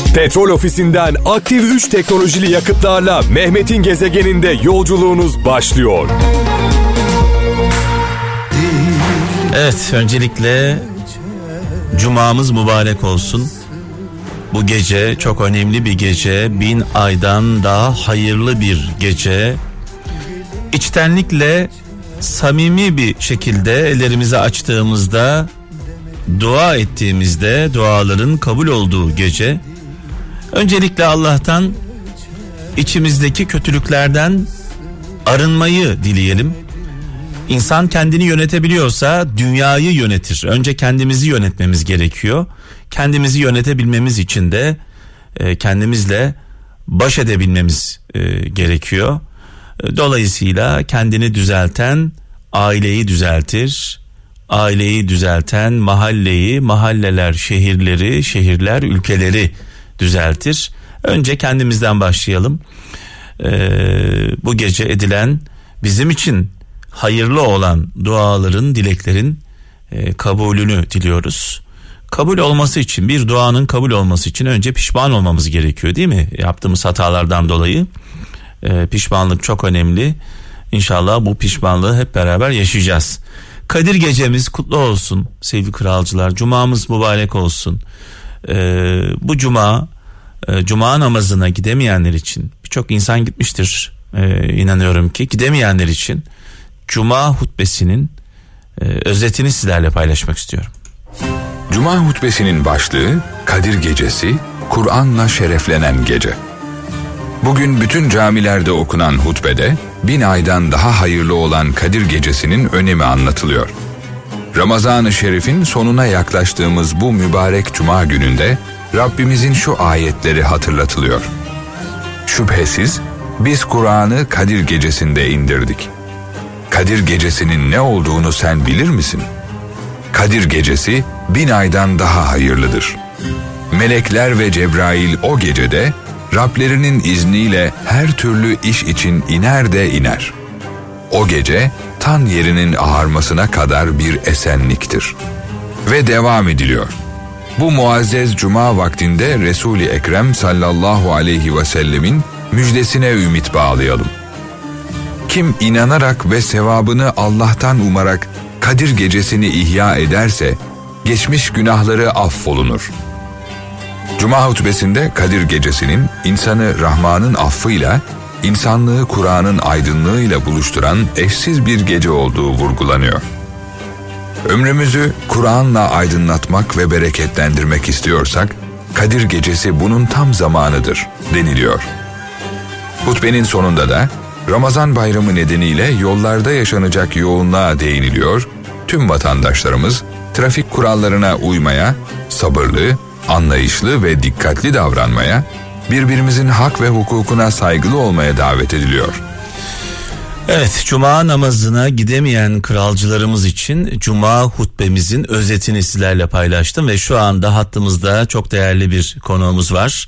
Petrol Ofisi'nden aktif 3 teknolojili yakıtlarla Mehmet'in gezegeninde yolculuğunuz başlıyor. Evet, öncelikle Cuma'mız mübarek olsun. Bu gece çok önemli bir gece, 1000 aydan daha hayırlı bir gece. İçtenlikle, samimi bir şekilde ellerimizi açtığımızda, dua ettiğimizde duaların kabul olduğu gece. Öncelikle Allah'tan içimizdeki kötülüklerden arınmayı dileyelim. İnsan kendini yönetebiliyorsa dünyayı yönetir. Önce kendimizi yönetmemiz gerekiyor. Kendimizi yönetebilmemiz için de kendimizle baş edebilmemiz gerekiyor. Dolayısıyla kendini düzelten aileyi düzeltir. Aileyi düzelten mahalleyi, mahalleler şehirleri, şehirler ülkeleri düzeltir. Önce kendimizden başlayalım. Bu gece edilen, bizim için hayırlı olan duaların, dileklerin kabulünü diliyoruz. Kabul olması için, bir duanın kabul olması için önce pişman olmamız gerekiyor, değil mi? Yaptığımız hatalardan dolayı pişmanlık çok önemli. İnşallah bu pişmanlığı hep beraber yaşayacağız. Kadir gecemiz kutlu olsun sevgili kralcılar. Cumamız mübarek olsun. Bu cuma namazına gidemeyenler için, birçok insan gitmiştir inanıyorum ki, gidemeyenler için Cuma hutbesinin özetini sizlerle paylaşmak istiyorum. Cuma hutbesinin başlığı Kadir Gecesi, Kur'an'la şereflenen gece. Bugün bütün camilerde okunan hutbede 1000 aydan daha hayırlı olan Kadir Gecesi'nin önemi anlatılıyor. Ramazan-ı Şerif'in sonuna yaklaştığımız bu mübarek Cuma gününde Rabbimizin şu ayetleri hatırlatılıyor. Şüphesiz biz Kur'an'ı Kadir Gecesi'nde indirdik. Kadir Gecesi'nin ne olduğunu sen bilir misin? Kadir Gecesi 1000 aydan daha hayırlıdır. Melekler ve Cebrail o gecede Rablerinin izniyle her türlü iş için iner de iner. O gece tan yerinin ağarmasına kadar bir esenliktir. Ve devam ediliyor. Bu muazzez cuma vaktinde Resul-i Ekrem sallallahu aleyhi ve sellemin müjdesine ümit bağlayalım. Kim inanarak ve sevabını Allah'tan umarak Kadir Gecesini ihya ederse geçmiş günahları affolunur. Cuma hutbesinde Kadir Gecesi'nin insanı Rahman'ın affıyla, insanlığı Kur'an'ın aydınlığıyla buluşturan eşsiz bir gece olduğu vurgulanıyor. Ömrümüzü Kur'an'la aydınlatmak ve bereketlendirmek istiyorsak, Kadir Gecesi bunun tam zamanıdır deniliyor. Hutbenin sonunda da Ramazan bayramı nedeniyle yollarda yaşanacak yoğunluğa değiniliyor, tüm vatandaşlarımız trafik kurallarına uymaya, sabırlı, anlayışlı ve dikkatli davranmaya, birbirimizin hak ve hukukuna saygılı olmaya davet ediliyor. Evet, Cuma namazına gidemeyen kralcılarımız için Cuma hutbemizin özetini sizlerle paylaştım ve şu anda hattımızda çok değerli bir konuğumuz var.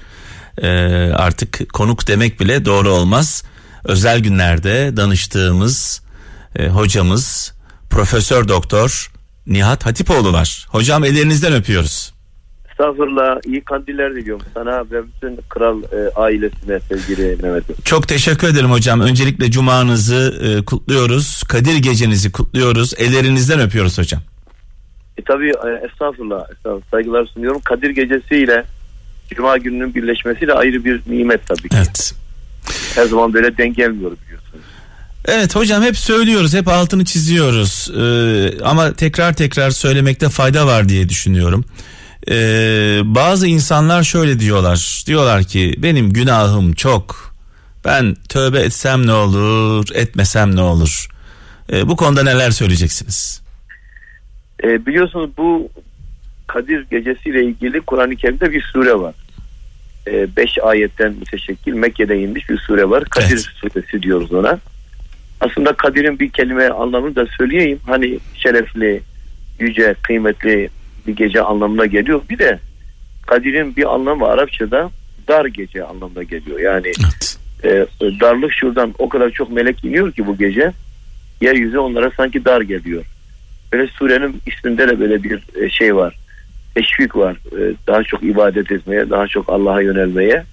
Artık konuk demek bile doğru olmaz. Özel günlerde danıştığımız hocamız Profesör Doktor Nihat Hatipoğlu var. Hocam, ellerinizden öpüyoruz. Estağfurullah, iyi kandiller diliyorum sana ve bütün kral ailesine sevgili Mehmet'im. Çok teşekkür ederim hocam. Öncelikle cumanızı kutluyoruz. Kadir gecenizi kutluyoruz. Ellerinizden öpüyoruz hocam. Tabii estağfurullah, saygılar sunuyorum. Kadir gecesiyle Cuma gününün birleşmesiyle ayrı bir nimet tabii ki. Evet. Her zaman böyle denk gelmiyor biliyorsunuz. Evet hocam, hep söylüyoruz, hep altını çiziyoruz ama tekrar söylemekte fayda var diye düşünüyorum. Bazı insanlar şöyle diyorlar ki benim günahım çok, ben tövbe etsem ne olur, etmesem ne olur? Bu konuda neler söyleyeceksiniz? Biliyorsunuz bu Kadir gecesiyle ilgili Kur'an-ı Kerim'de bir sure var. 5 ayetten müteşekkil Mekke'de inmiş bir sure var. Kadir suresi diyoruz ona. Aslında Kadir'in bir kelime anlamını da söyleyeyim. Hani şerefli, yüce, kıymetli bir gece anlamına geliyor. Bir de Kadir'in bir anlamı Arapçada dar gece anlamına geliyor. Yani darlık şuradan, o kadar çok melek iniyor ki bu gece yeryüzü onlara sanki dar geliyor. Böyle surenin isminde de böyle bir şey var. teşvik var. Daha çok ibadet etmeye, daha çok Allah'a yönelmeye.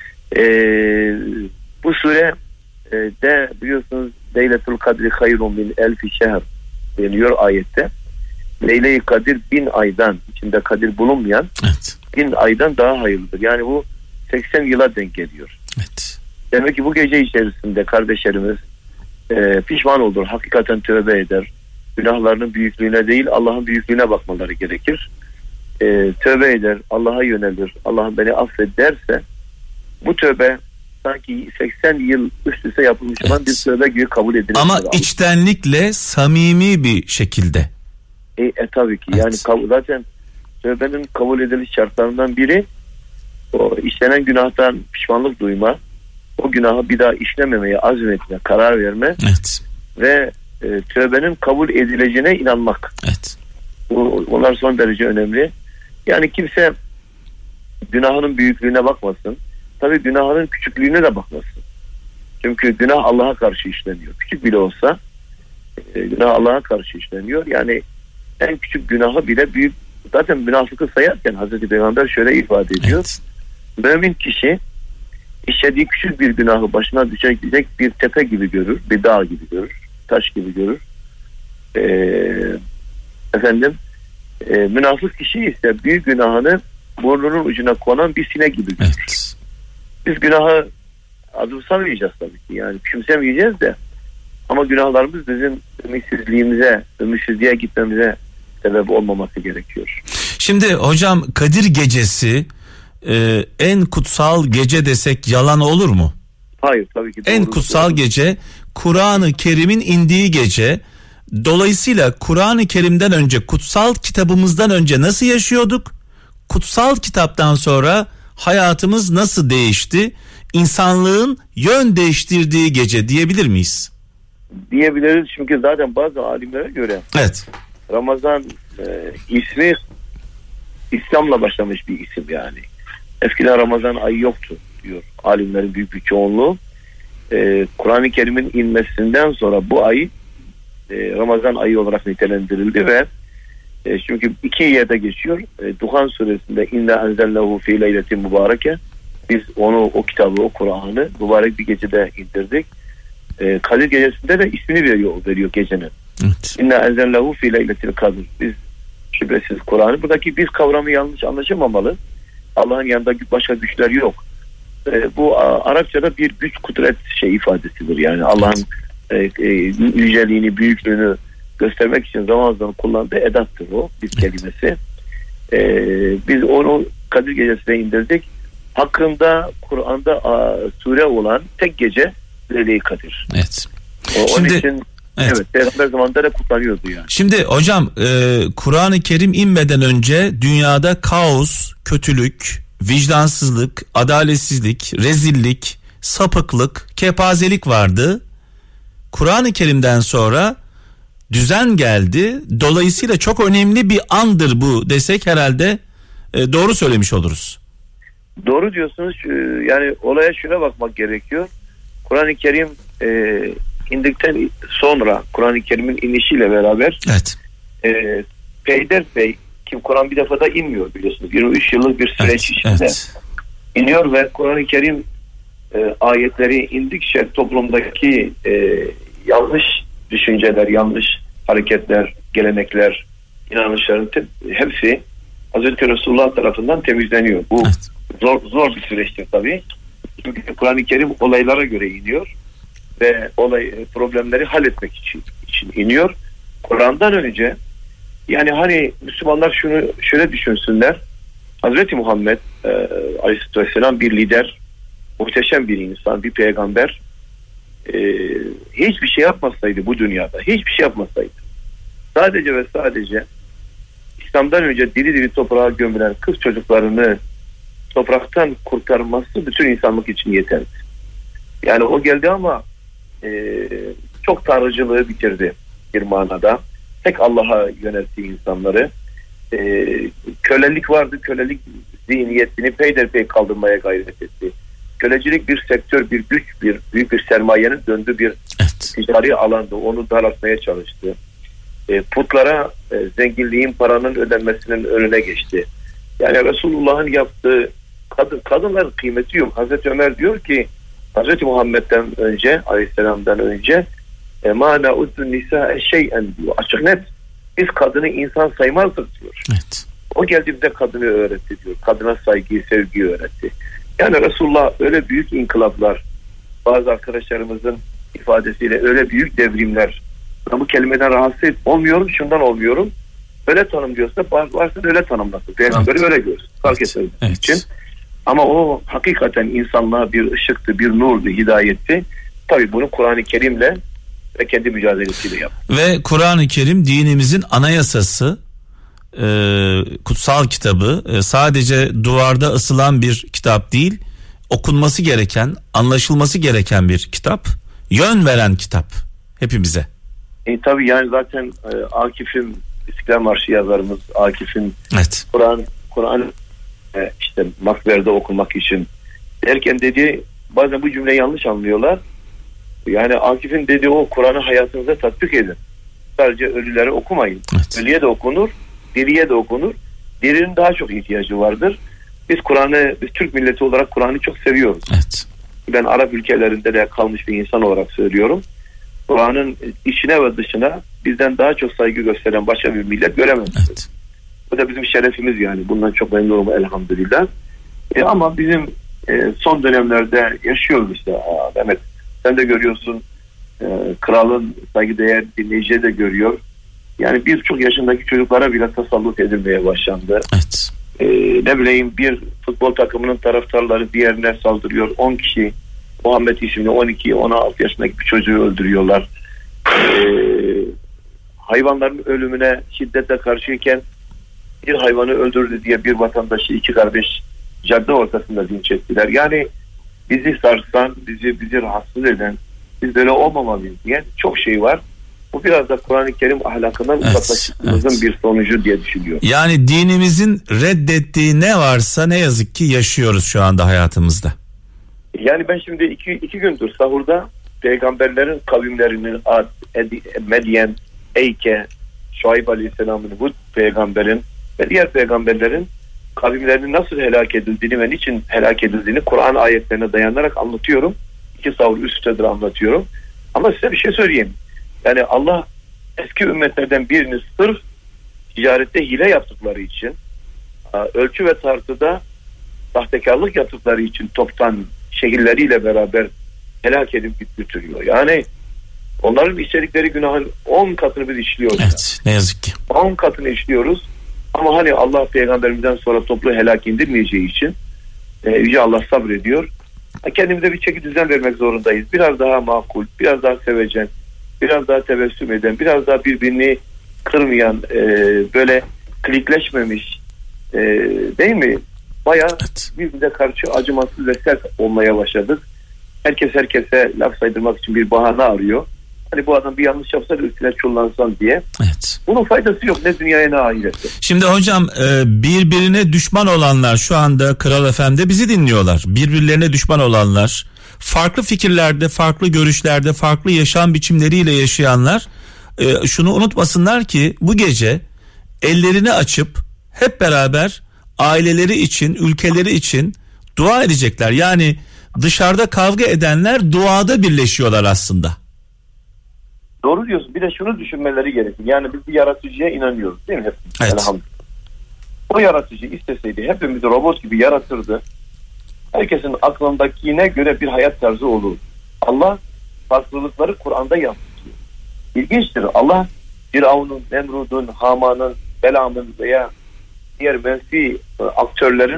Bu sure de biliyorsunuz Leyletul Kadri hayrun min elfi şehr deniyor ayette. Leyle-i Kadir 1000 aydan, içinde Kadir bulunmayan 1000 aydan daha hayırlıdır. Yani bu 80 yıla denk geliyor. Evet. Demek ki bu gece içerisinde kardeşlerimiz pişman olur, hakikaten tövbe eder. Günahlarının büyüklüğüne değil Allah'ın büyüklüğüne bakmaları gerekir. Tövbe eder, Allah'a yönelir, Allah'ım beni affet derse bu tövbe sanki 80 yıl üst üste yapılmış olan bir tövbe gibi kabul edilir. Ama içtenlikle, samimi bir şekilde. Tabii ki. Evet. Yani zaten tövbenin kabul ediliş şartlarından biri o işlenen günahtan pişmanlık duyma, o günahı bir daha işlememeye azmetme, karar verme ve tövbenin kabul edileceğine inanmak. Evet. Onlar son derece önemli. Yani kimse günahının büyüklüğüne bakmasın. Tabii günahının küçüklüğüne de bakmasın. Çünkü günah Allah'a karşı işleniyor. Küçük bile olsa günah Allah'a karşı işleniyor. Yani en küçük günahı bile büyük. Zaten münafıkı sayarken Hazreti Peygamber şöyle ifade ediyor. Evet. Mümin kişi işlediği küçük bir günahı başına düşecek bir tepe gibi görür. Bir dağ gibi görür. Taş gibi görür. Münafık kişi ise büyük günahını burnunun ucuna konan bir sinek gibi görür. Evet. Biz günahı azımsamayacağız tabii ki. Yani küçümsemeyeceğiz de ama günahlarımız bizim ümitsizliğe gitmemize sebep olmaması gerekiyor. Şimdi hocam Kadir Gecesi en kutsal gece desek yalan olur mu? Hayır tabii ki. En kutsal gece Kur'an-ı Kerim'in indiği gece. Dolayısıyla Kur'an-ı Kerim'den önce, kutsal kitabımızdan önce nasıl yaşıyorduk? Kutsal kitaptan sonra hayatımız nasıl değişti? İnsanlığın yön değiştirdiği gece diyebilir miyiz? Diyebiliriz çünkü zaten bazı alimlere göre Ramazan ismi İslam'la başlamış bir isim yani. Eskiden Ramazan ayı yoktu diyor alimlerin büyük bir çoğunluğu. Kur'an-ı Kerim'in inmesinden sonra bu ay Ramazan ayı olarak nitelendirildi ve çünkü iki yerde geçiyor. Duhan suresinde inna enzellehu fi leyletin mübareke, biz o kitabı, o Kur'an'ı mübarek bir gecede indirdik. Kadir gecesinde de ismini veriyor gecenin. Evet. İnna enzellehu fi leyletil kadir. Biz şüphesiz Kur'an'ı, buradaki biz kavramı yanlış anlaşılmamalı. Allah'ın yanında başka güçler yok. Bu Arapçada bir güç kudret ifadesidir. Yani Allah'ın yüceliğini, büyüklüğünü göstermek için zaman zaman kullandığı edattır o bir kelimesi. Biz onu Kadir Gecesi'ne indirdik. Hakkında Kur'an'da sure olan tek gece Leyla-i Kadir. Evet. Onun için Peygamber zamanında da kutlanıyordu yani. Şimdi hocam Kur'an-ı Kerim inmeden önce dünyada kaos, kötülük, vicdansızlık, adaletsizlik, rezillik, sapıklık, kepazelik vardı. Kur'an-ı Kerim'den sonra düzen geldi. Dolayısıyla çok önemli bir andır bu desek herhalde doğru söylemiş oluruz. Doğru diyorsunuz. Yani olaya şuna bakmak gerekiyor. Kur'an-ı Kerim indikten sonra, Kur'an-ı Kerim'in inişiyle beraber peyderpey, kim Kur'an bir defada inmiyor biliyorsunuz. 23 yıllık bir süreç içinde iniyor ve Kur'an-ı Kerim ayetleri indikçe toplumdaki yanlış düşünceler, yanlış hareketler, gelenekler, inanışların hepsi Hazreti Resulullah tarafından temizleniyor. Bu zor bir süreçtir tabii. Çünkü Kur'an-ı Kerim olaylara göre iniyor ve problemleri halletmek için iniyor. Kur'an'dan önce yani hani Müslümanlar şöyle düşünsünler. Hazreti Muhammed Aleyhisselam bir lider, muhteşem bir insan, bir peygamber. Hiçbir şey yapmasaydı bu dünyada, hiçbir şey yapmasaydı, sadece ve sadece İslam'dan önce diri diri toprağa gömülen kız çocuklarını topraktan kurtarması bütün insanlık için yeterli. Yani o geldi ama çok tanrıcılığı bitirdi bir manada. Tek Allah'a yöneltti insanları. Kölelik vardı, kölelik zihniyetini peyderpey kaldırmaya gayret etti. Kölecilik bir sektör, bir güç, büyük bir sermayenin döndüğü bir ticari alandı. Onu daraltmaya çalıştı. Putlara zenginliğin, paranın ödenmesinin önüne geçti. Yani Resulullah'ın yaptığı kadınların kıymeti yok. Hazreti Ömer diyor ki Hazreti Muhammed'den önce, Aleyhisselam'dan önce ma na'uddu nisa'e şey'en diyor. Açık net. Biz kadını insan saymazdık diyor. Evet. O geldi bize kadını öğretti diyor. Kadına saygıyı, sevgiyi öğretti. Yani Resulullah öyle büyük inkılaplar, bazı arkadaşlarımızın ifadesiyle öyle büyük devrimler. Ben bu kelimeden rahatsız olmuyorum, şundan olmuyorum. Öyle tanımlıyorsa varsa öyle tanımlasın. Peygamberi öyle görsün. Fark etmez için. Ama o hakikaten insanlığa bir ışıktı, bir nurdu, hidayetti. Tabii bunu Kur'an-ı Kerim'le ve kendi mücadelesiyle yaptı. Ve Kur'an-ı Kerim dinimizin anayasası, kutsal kitabı, sadece duvarda asılan bir kitap değil, okunması gereken, anlaşılması gereken bir kitap, yön veren kitap hepimize. Tabii yani zaten Akif'in, İstiklal Marşı yazarımız Akif'in evet. Kur'an işte makberde okumak için derken dediği, bazen bu cümleyi yanlış anlıyorlar. Yani Akif'in dediği o Kur'an'ı hayatınıza tatbik edin. Sadece ölülere okumayın. Evet. Ölüye de okunur, diriye de okunur. Dirinin daha çok ihtiyacı vardır. Biz Türk milleti olarak Kur'an'ı çok seviyoruz. Evet. Ben Arap ülkelerinde de kalmış bir insan olarak söylüyorum. Kur'an'ın içine ve dışına bizden daha çok saygı gösteren başka bir millet göremez. Evet. Bu da bizim şerefimiz yani. Bundan çok memnunum elhamdülillah. Ama bizim son dönemlerde yaşıyoruz işte. Mehmet, sen de görüyorsun. Kralın saygıdeğer dinleyicileri de görüyor. Yani birçok yaşındaki çocuklara bile tasallut edilmeye başlandı. Evet. Ne bileyim, bir futbol takımının taraftarları diğerine saldırıyor. 10 kişi Muhammed isimli 12-16 yaşındaki bir çocuğu öldürüyorlar. Hayvanların ölümüne şiddetle karşıyken bir hayvanı öldürdü diye bir vatandaşı, iki kardeş cadde ortasında linç ettiler. Yani bizi sarsan, bizi rahatsız eden, biz böyle olmamalıyız diye çok şey var. Bu biraz da Kur'an-ı Kerim ahlakından uzaklaştığımızın bir sonucu diye düşünüyorum. Yani dinimizin reddettiği ne varsa ne yazık ki yaşıyoruz şu anda hayatımızda. Yani ben şimdi iki gündür sahurda peygamberlerin kavimlerinin Ad, Medyen, Eyke, Şuayb Aleyhisselam'ın, bu peygamberin ve diğer peygamberlerin kavimlerinin nasıl helak edildiğini ve niçin helak edildiğini Kur'an ayetlerine dayanarak anlatıyorum. İki sahur üst üstedir anlatıyorum. Ama size bir şey söyleyeyim. Yani Allah eski ümmetlerden birini sırf ticarette hile yaptıkları için, ölçü ve tartıda sahtekarlık yaptıkları için toptan şehirleriyle beraber helak edip götürüyor. Yani onların içerikleri günahın 10 katını biz işliyoruz. Evet, ne yazık ki. 10 katını işliyoruz. Ama hani Allah peygamberimizden sonra toplu helak indirmeyeceği için Yüce Allah sabrediyor. Kendimize bir çeki düzen vermek zorundayız. Biraz daha makul, biraz daha sevecen, biraz daha tebessüm eden, biraz daha birbirini kırmayan, böyle klikleşmemiş, değil mi? Bayağı birbirine karşı acımasız ve sert olmaya başladık. Herkes herkese laf saydırmak için bir bahane arıyor. Hani bu adam bir yanlış yapsa da üstüne çullansan diye. Evet. Bunun faydası yok ne dünyaya ne ahirette. Şimdi hocam, birbirine düşman olanlar şu anda Kral FM'de bizi dinliyorlar. Birbirlerine düşman olanlar, farklı fikirlerde, farklı görüşlerde, farklı yaşam biçimleriyle yaşayanlar şunu unutmasınlar ki bu gece ellerini açıp hep beraber aileleri için, ülkeleri için dua edecekler. Yani dışarıda kavga edenler duada birleşiyorlar aslında. Doğru diyorsun. Bir de şunu düşünmeleri gerekir. Yani biz bir yaratıcıya inanıyoruz değil mi? Evet. Elhamdülillah. O yaratıcı isteseydi hepimizi robot gibi yaratırdı. Herkesin aklındakine göre bir hayat tarzı olur. Allah farklılıkları Kur'an'da yansıtıyor. İlginçtir. Allah Firavun'un, Nemrud'un, Haman'ın, Belam'ın veya diğer menfi aktörlerin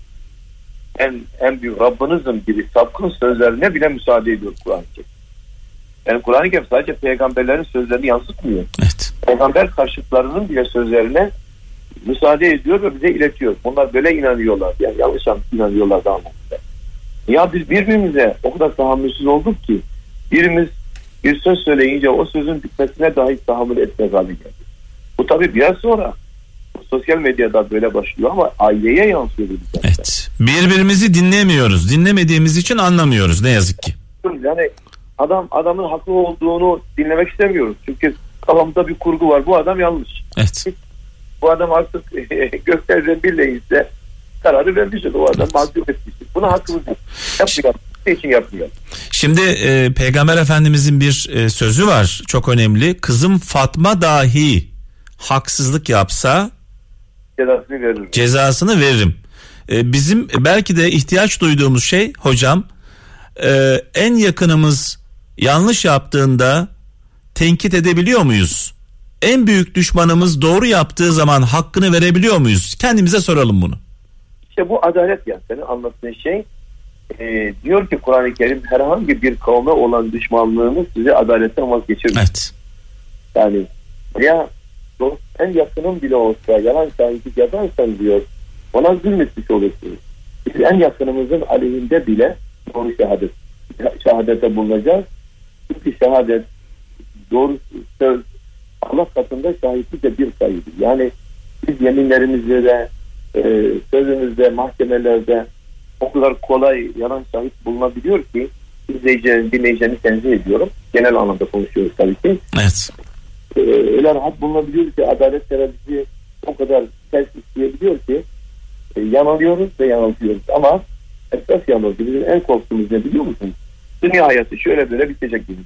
en büyük Rabbinizin gibi sapkın sözlerine bile müsaade ediyor Kur'an-ı Kerim. Yani Kur'an-ı Kerim sadece peygamberlerin sözlerini yansıtmıyor. Evet. Peygamber karşıtlarının bile sözlerine müsaade ediyor ve bize iletiyor. Bunlar böyle inanıyorlar. Yani yanlış inanıyorlar daha fazla. Ya biz birbirimize o kadar tahammülsüz olduk ki birimiz bir söz söyleyince o sözün bitmesine dahi tahammül etmez hale geldi. Bu tabii biraz sonra sosyal medyada böyle başlıyor ama aileye yansıyor. Evet. Birbirimizi dinlemiyoruz. Dinlemediğimiz için anlamıyoruz ne yazık ki. Yani adamın haklı olduğunu dinlemek istemiyoruz. Çünkü kafamızda bir kurgu var. Bu adam yanlış. Evet. Bu adam artık göklerden birleyince kararı vermiştir. O adam mahkum etmiştir. Buna hakkımız yok. Yapmayalım. Ne için yapmayalım? Şimdi Peygamber Efendimizin bir sözü var, çok önemli. Kızım Fatma dahi haksızlık yapsa cezasını veririm. Bizim belki de ihtiyaç duyduğumuz şey hocam, en yakınımız yanlış yaptığında tenkit edebiliyor muyuz? En büyük düşmanımız doğru yaptığı zaman hakkını verebiliyor muyuz? Kendimize soralım bunu. İşte bu adalet ya, senin anlattığın şey. Diyor ki Kur'an-ı Kerim, herhangi bir kavme olan düşmanlığınız sizi adaletten vazgeçirmez. Evet. Yani ya dost, en yakının bile olsa yalan şahitlik yaparsan diyor, ona zulmetmiş olursunuz. Biz en yakınımızın aleyhinde bile doğru şehadete bulunacağız. Çünkü şehadet, doğru söz Allah katında şahitlikle bir sayıdır. Yani biz yeminlerimizde de sözümüzde, mahkemelerde o kadar kolay yalan şahit bulunabiliyor ki dinleyicilerini tenzih ediyorum. Genel anlamda konuşuyoruz tabii ki. Evet. Öyle rahat bulunabiliyor ki adalet terazisi o kadar ters isteyebiliyor ki yanılıyoruz ve yanıltıyoruz. Ama esas yanılıyoruz. Bizim en korktuğumuz ne biliyor musunuz? Dünya hayatı şöyle böyle bitecek gibi.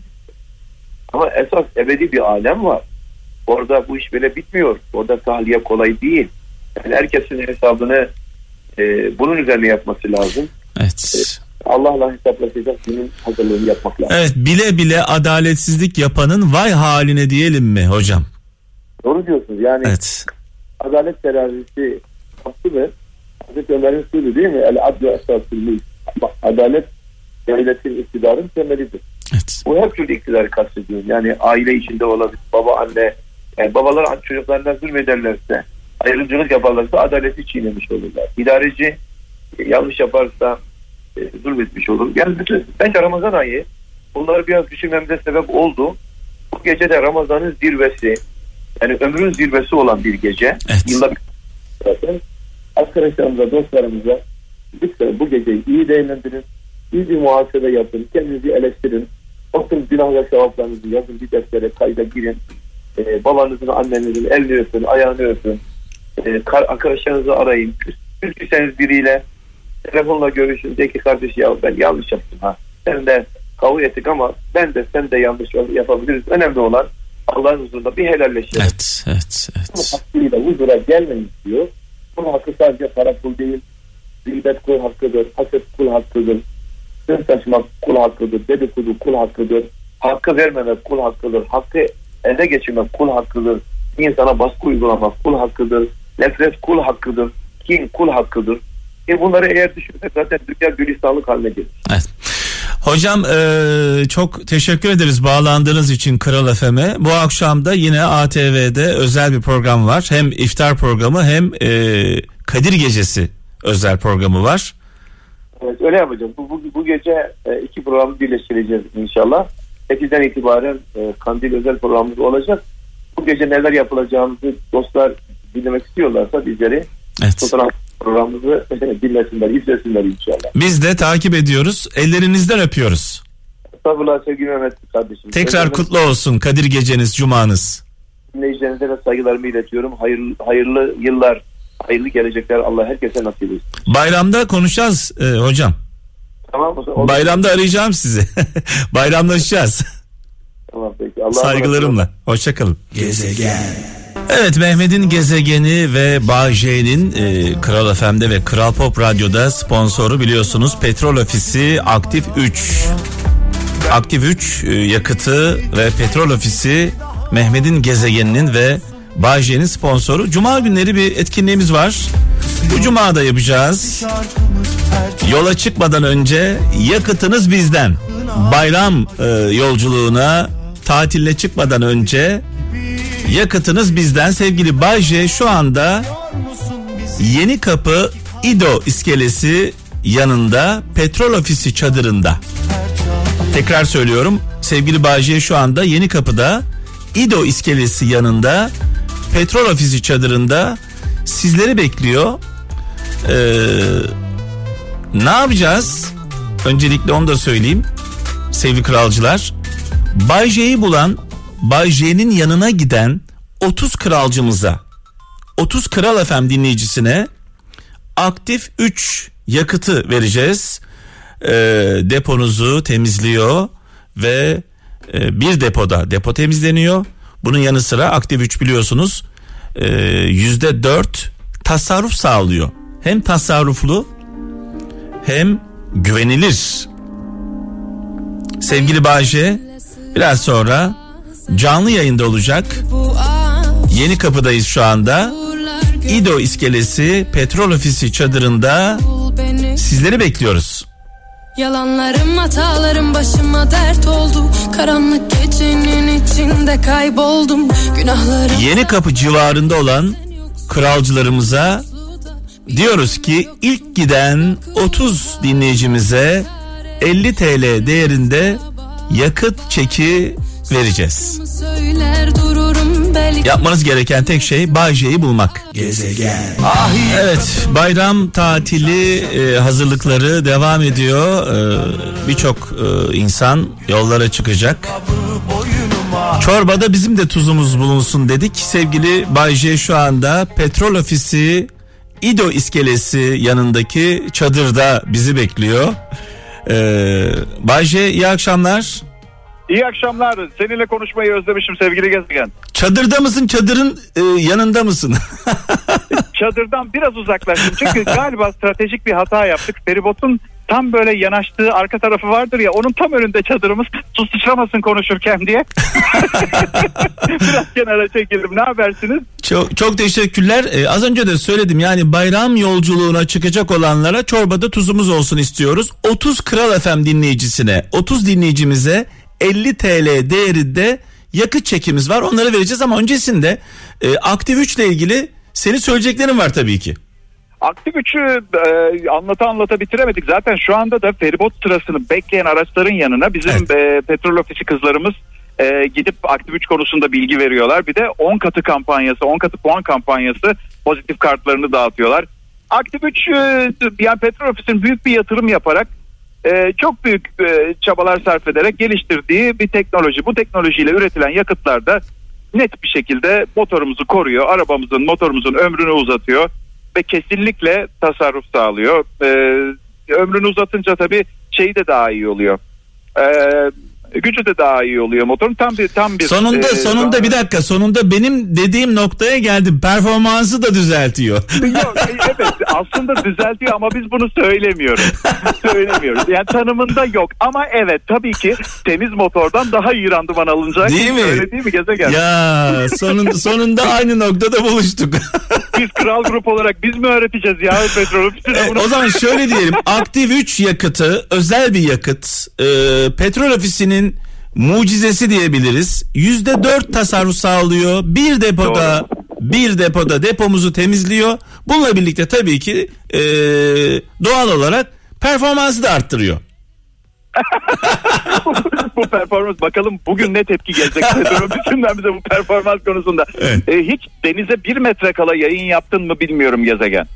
Ama esas ebedi bir alem var. Orada bu iş böyle bitmiyor. Orada tahliye kolay değil. Yani herkesin hesabını bunun üzerine yapması lazım. Evet. Allah'la hesaplaşacak günün hazırlığını yapmak lazım. Evet, bile bile adaletsizlik yapanın vay haline diyelim mi hocam? Doğru diyorsunuz. Yani evet. Adalet terazisi hakkıdır. Hazreti Ömer'in sözü değil mi? El-adlu esasül. Adalet devletin, iktidarın temelidir. Evet. Bu her türlü iktidarı kastediyor. Yani aile içinde olabilir, baba, anne. Yani babalar çocuklarına zulmederlerse, ayrımcılık yaparlarsa adaleti çiğnemiş olurlar. İdareci yanlış yaparsa zulmetmiş olur. Yani bence Ramazan ayı bunları biraz düşünmemize sebep oldu. Bu gece de Ramazan'ın zirvesi, yani ömrün zirvesi olan bir gece. Evet. Yıllar zaten arkadaşlarımıza, dostlarımıza lütfen bu geceyi iyi değerlendirin. İyi bir muhasebe yapın. Kendinizi eleştirin. Oturun, günah ve sevaplarınızı yazın, bir deftere kayda girin. Babanızın, annenizin elini öpün, ayağını öpün. Arkadaşlarınızı arayın. Küsüyseniz biriyle telefonla görüşün. De ki kardeş ya ben yanlış yaptım ha. Sen de kavga ettik ama ben de sen de yanlış yapabiliriz. Önemli olan Allah'ın huzurunda bir helalleşelim. Evet. Bu hakkıyla huzura gelmeyin diyor. Bunun hakkı sadece para pul değil. Gıybet kul hakkıdır. Haset kul hakkıdır. Söz taşımak kul hakkıdır. Dedikodu kul hakkıdır. Hakkı vermemek kul hakkıdır. Hakkı elde geçirmek kul hakkıdır. İnsana baskı uygulamak kul hakkıdır. Nefret kul hakkıdır. Kin kul hakkıdır. Bunları eğer düşünsek zaten dünya gülistanlık haline gelir. Evet. Hocam çok teşekkür ederiz bağlandığınız için Kral FM'e. Bu akşam da yine ATV'de özel bir program var. Hem iftar programı hem Kadir Gecesi özel programı var. Evet, öyle yapacağım. Bu gece iki programı birleştireceğiz inşallah. 8'den itibaren Kandil özel programımız olacak. Bu gece neler yapılacağımızı dostlar dinlemek istiyorlarsa bizleri fotoğraf programımızı dinlesinler, izlesinler inşallah. Biz de takip ediyoruz. Ellerinizden öpüyoruz. Estağfurullah sevgili Mehmet kardeşim. Tekrar kutlu olsun Kadir Geceniz, Cumanız. Dinleyicilerinize de saygılarımı iletiyorum. Hayırlı yıllar, hayırlı gelecekler Allah herkese nasip etsin. Bayramda konuşacağız hocam. Tamam mı? Bayramda arayacağım sizi. Bayramlaşacağız. Tamam peki. Saygılarımla. Hoşçakalın. Gezegen. Evet, Mehmet'in gezegeni ve Bağcay'ın Kral FM'de ve Kral Pop Radyo'da sponsoru biliyorsunuz Petrol Ofisi Aktif 3. Aktif 3 yakıtı ve Petrol Ofisi Mehmet'in gezegeninin ve Bağcay'ın sponsoru. Cuma günleri bir etkinliğimiz var. Bu cuma da yapacağız. Yola çıkmadan önce yakıtınız bizden. Bayram yolculuğuna tatille çıkmadan önce yakıtınız bizden. Sevgili Bağcay şu anda Yenikapı İdo iskelesi yanında Petrol Ofisi çadırında. Tekrar söylüyorum, sevgili Bağcay şu anda Yenikapı'da İdo iskelesi yanında Petrol Ofisi çadırında sizleri bekliyor. Ne yapacağız? Öncelikle onu da söyleyeyim sevgili kralcılar. Bağcay'ı bulan, Bağcay'ın yanına giden 30 kralcımıza 30 Kral FM dinleyicisine aktif 3 yakıtı vereceğiz. Deponuzu temizliyor ve bir depo temizleniyor. Bunun yanı sıra aktif 3 biliyorsunuz %4 tasarruf sağlıyor. Hem tasarruflu hem güvenilir. Sevgili Bahçe biraz sonra canlı yayında olacak. Yeni Kapı'dayız şu anda. İdo iskelesi petrol ofisi çadırında sizleri bekliyoruz. Yalanlarım, hatalarım başıma dert oldu. Karanlık gecenin içinde kayboldum. Günahlarım. Yeni Kapı civarında olan kralcılarımıza diyoruz ki ilk giden 30 dinleyicimize 50 TL değerinde yakıt çeki vereceğiz. Yapmanız gereken tek şey Bahçe'yi bulmak. Gezegen. Evet, bayram tatili hazırlıkları devam ediyor. Birçok insan yollara çıkacak. Çorbada bizim de tuzumuz bulunsun dedik. Sevgili Bahçe şu anda petrol ofisi İdo iskelesi yanındaki çadırda bizi bekliyor. Bahçe iyi akşamlar. İyi akşamlar. Seninle konuşmayı özlemişim sevgili Gezegen. Çadırda mısın? Çadırın yanında mısın? Çadırdan biraz uzaklaştım. Çünkü galiba stratejik bir hata yaptık. Feribotun tam böyle yanaştığı arka tarafı vardır ya, onun tam önünde çadırımız. Su sıçramasın konuşurken diye. Biraz kenara çekildim. Ne habersiniz? Çok teşekkürler. Az önce de söyledim, yani bayram yolculuğuna çıkacak olanlara çorbada tuzumuz olsun istiyoruz. 30 Kral FM dinleyicisine, 30 dinleyicimize 50 TL değerinde yakıt çekimiz var. Onları vereceğiz ama öncesinde Aktif 3 ile ilgili senin söyleyeceklerin var tabii ki. Aktif 3'ü anlata bitiremedik. Zaten şu anda da feribot sırasını bekleyen araçların yanına bizim petrol ofisi kızlarımız gidip Aktif 3 konusunda bilgi veriyorlar. Bir de 10 katı kampanyası, 10 katı puan kampanyası, pozitif kartlarını dağıtıyorlar. Aktif 3 yani petrol ofisinin büyük bir yatırım yaparak çok büyük çabalar sarf ederek geliştirdiği bir teknoloji. Bu teknolojiyle üretilen yakıtlar da net bir şekilde motorumuzu koruyor. Motorumuzun ömrünü uzatıyor ve kesinlikle tasarruf sağlıyor. Ömrünü uzatınca tabii şeyi de daha iyi oluyor. Gücü de daha iyi oluyor motorun. Tam bir sonunda bir dakika, sonunda benim dediğim noktaya geldim. Performansı da düzeltiyor. Yok, evet aslında düzeltiyor ama biz bunu söylemiyoruz. Yani tanımında yok ama evet tabii ki temiz motordan daha iyi randıman alınacak. Değil mi? Öyle değil mi Gezegen? Ya sonunda aynı noktada buluştuk. Biz kral grup olarak biz mi öğreteceğiz ya petrol ofisine bunu? O zaman şöyle diyelim. Aktif 3 yakıtı özel bir yakıt. Petrol ofisinin mucizesi diyebiliriz. %4 tasarruf sağlıyor. Bir depoda depomuzu temizliyor. Bununla birlikte tabii ki doğal olarak performansı da arttırıyor. Bu performans, bakalım bugün ne tepki gelecek petrol ofisinden bize bu performans konusunda. Evet. Hiç denize 1 metre kala yayın yaptın mı bilmiyorum Gezegen.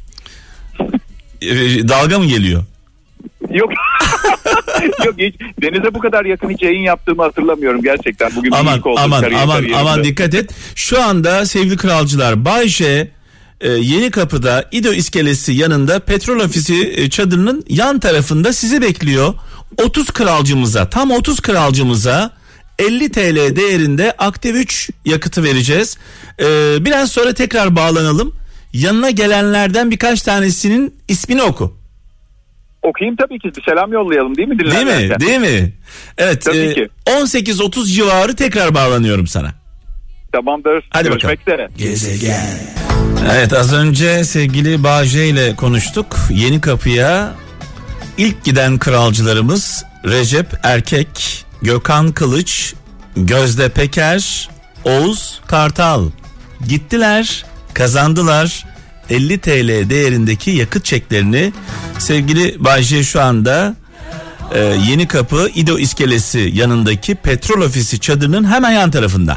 Dalga mı geliyor? Yok. Yok, hiç denize bu kadar yakın hiç yayın yaptığımı hatırlamıyorum gerçekten. Bugün aman dikkat et. Şu anda sevgili kralcılar, Bahçe Yeni Kapı'da İdo iskelesi yanında petrol ofisi çadırının yan tarafında sizi bekliyor. 30 kralcımıza 50 TL değerinde Aktif 3 yakıtı vereceğiz. Biraz sonra tekrar bağlanalım. Yanına gelenlerden birkaç tanesinin ismini oku. Okuyayım tabii ki. Bir selam yollayalım değil mi? Değil mi? Evet. 18.30 civarı tekrar bağlanıyorum sana. Tamamdır. Hadi görüşmek üzere. Gezegen. Evet, az önce sevgili Bahçe ile konuştuk. Yeni Kapı'ya ilk giden kralcılarımız Recep Erkek, Gökhan Kılıç, Gözde Peker, Oğuz Kartal. Gittiler, kazandılar. 50 TL değerindeki yakıt çeklerini. Sevgili Bahçe şu anda Yeni Kapı İdo iskelesi yanındaki petrol ofisi çadırının hemen yan tarafında.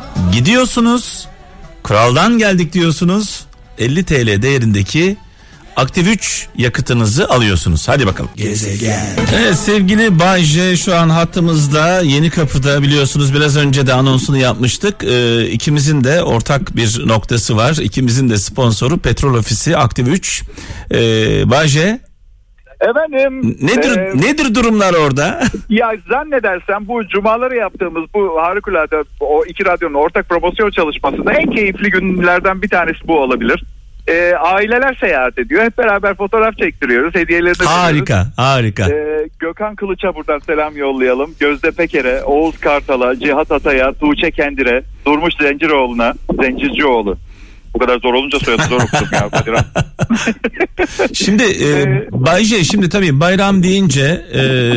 Gidiyorsunuz, kraldan geldik diyorsunuz, 50 TL değerindeki Aktif 3 yakıtınızı alıyorsunuz. Hadi bakalım. Gezegen. Evet sevgili Bay J şu an hattımızda, Yenikapı'da, biliyorsunuz biraz önce de anonsunu yapmıştık. İkimizin de ortak bir noktası var. İkimizin de sponsoru Petrol Ofisi Aktif 3. Bay J. Efendim. Nedir durumlar orada? Ya zannedersem bu cumaları yaptığımız bu harikulade o iki radyonun ortak promosyon çalışmasında en keyifli günlerden bir tanesi bu olabilir. Aileler seyahat ediyor. Hep beraber fotoğraf çektiriyoruz. Hediyelerini Harika. Gökhan Kılıç'a buradan selam yollayalım. Gözde Peker'e, Oğuz Kartal'a, Cihat Atay'a, Tuğçe Kendir'e, Durmuş Zencircioğlu. Bu kadar zor olunca soyadı zor okudum ya Kadir abi. Şimdi Bay J, şimdi tabii bayram deyince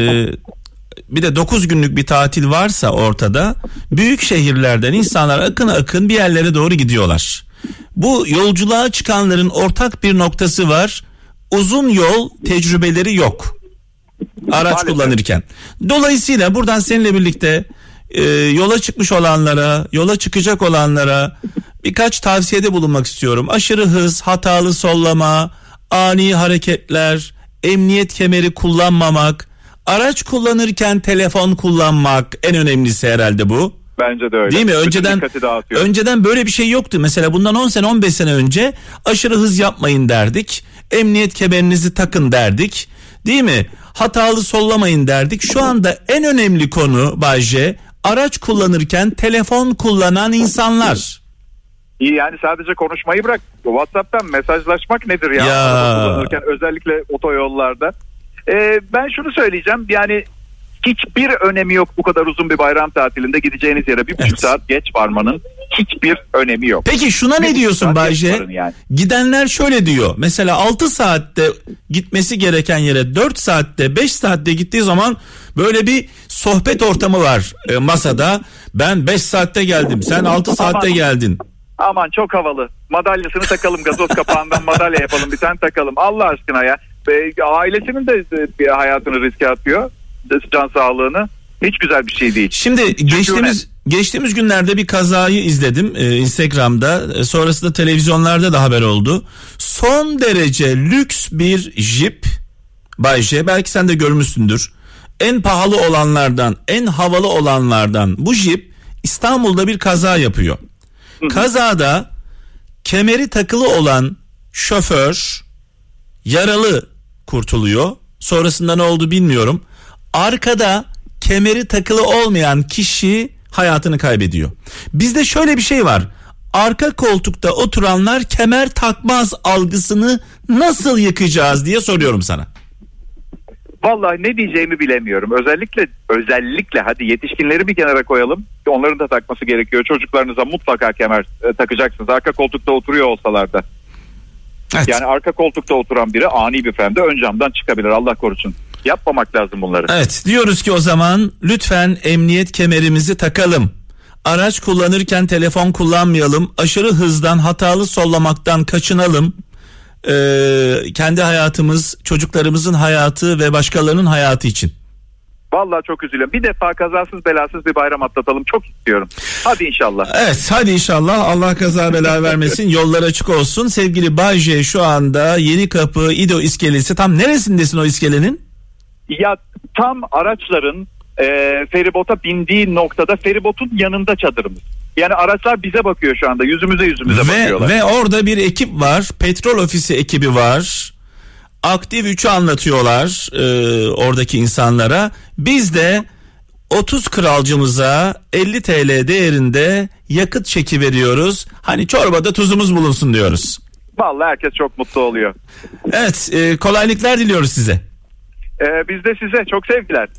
bir de 9 günlük bir tatil varsa ortada, büyük şehirlerden insanlar akın akın bir yerlere doğru gidiyorlar. Bu yolculuğa çıkanların ortak bir noktası var. Uzun yol tecrübeleri yok araç Maalesef. kullanırken. Dolayısıyla buradan seninle birlikte yola çıkmış olanlara, yola çıkacak olanlara birkaç tavsiyede bulunmak istiyorum. Aşırı hız, hatalı sollama, ani hareketler, emniyet kemeri kullanmamak, araç kullanırken telefon kullanmak, en önemlisi herhalde bu. Bence de öyle. Değil mi? Önceden böyle bir şey yoktu. Mesela bundan 10 sene 15 sene önce aşırı hız yapmayın derdik. Emniyet kemerinizi takın derdik. Değil mi? Hatalı sollamayın derdik. Şu anda en önemli konu Bay J, araç kullanırken telefon kullanan insanlar. İyi, yani sadece konuşmayı bırak. WhatsApp'tan mesajlaşmak nedir ya? Kullanırken özellikle otoyollarda. Ben şunu söyleyeceğim. Yani hiçbir önemi yok bu kadar uzun bir bayram tatilinde gideceğiniz yere 1,5 saat geç varmanın hiçbir önemi yok. Peki şuna ne diyorsun Bay J? Yani. Gidenler şöyle diyor. Mesela 6 saatte gitmesi gereken yere 4 saatte 5 saatte gittiği zaman böyle bir sohbet ortamı var masada. Ben 5 saatte geldim, sen 6 saatte geldin. Aman çok havalı. Madalyasını takalım, gazoz kapağından madalya yapalım, bir tane takalım. Allah aşkına ya. Ailesinin de bir hayatını riske atıyor. Can sağlığını. Hiç güzel bir şey değil. Şimdi geçtiğimiz günlerde bir kazayı izledim Instagram'da. Sonrasında televizyonlarda da haber oldu. Son derece lüks bir jip Bay J, belki sen de görmüşsündür. En pahalı olanlardan, en havalı olanlardan bu jip İstanbul'da bir kaza yapıyor. Kazada kemeri takılı olan şoför yaralı kurtuluyor. Sonrasında ne oldu bilmiyorum. Arkada kemeri takılı olmayan kişi hayatını kaybediyor. Bizde şöyle bir şey var. Arka koltukta oturanlar kemer takmaz algısını nasıl yıkacağız diye soruyorum sana. Vallahi ne diyeceğimi bilemiyorum. Özellikle hadi yetişkinleri bir kenara koyalım. Onların da takması gerekiyor. Çocuklarınıza mutlaka kemer takacaksınız. Arka koltukta oturuyor olsalar da. Evet. Yani arka koltukta oturan biri ani bir frende ön camdan çıkabilir. Allah korusun. Yapmamak lazım bunları. Evet, diyoruz ki o zaman lütfen emniyet kemerimizi takalım. Araç kullanırken telefon kullanmayalım. Aşırı hızdan, hatalı sollamaktan kaçınalım. Kendi hayatımız, çocuklarımızın hayatı ve başkalarının hayatı için. Vallahi çok üzülüyorum. Bir defa kazasız belasız bir bayram atlatalım. Çok istiyorum. Hadi inşallah. Evet, hadi inşallah. Allah kaza bela vermesin. Yollar açık olsun. Sevgili Bay J şu anda Yenikapı İdo iskelesi. Tam neresindesin o iskelenin? Ya tam araçların feribota bindiği noktada feribotun yanında çadırımız. Yani araçlar bize bakıyor şu anda. Yüzümüze bakıyorlar. Ve orada bir ekip var. Petrol Ofisi ekibi var. Aktif 3'ü anlatıyorlar oradaki insanlara. Biz de 30 kralcımıza 50 TL değerinde yakıt çeki veriyoruz. Hani çorbada tuzumuz bulunsun diyoruz. Vallahi herkes çok mutlu oluyor. Evet, kolaylıklar diliyoruz size. Biz de size çok sevgiler.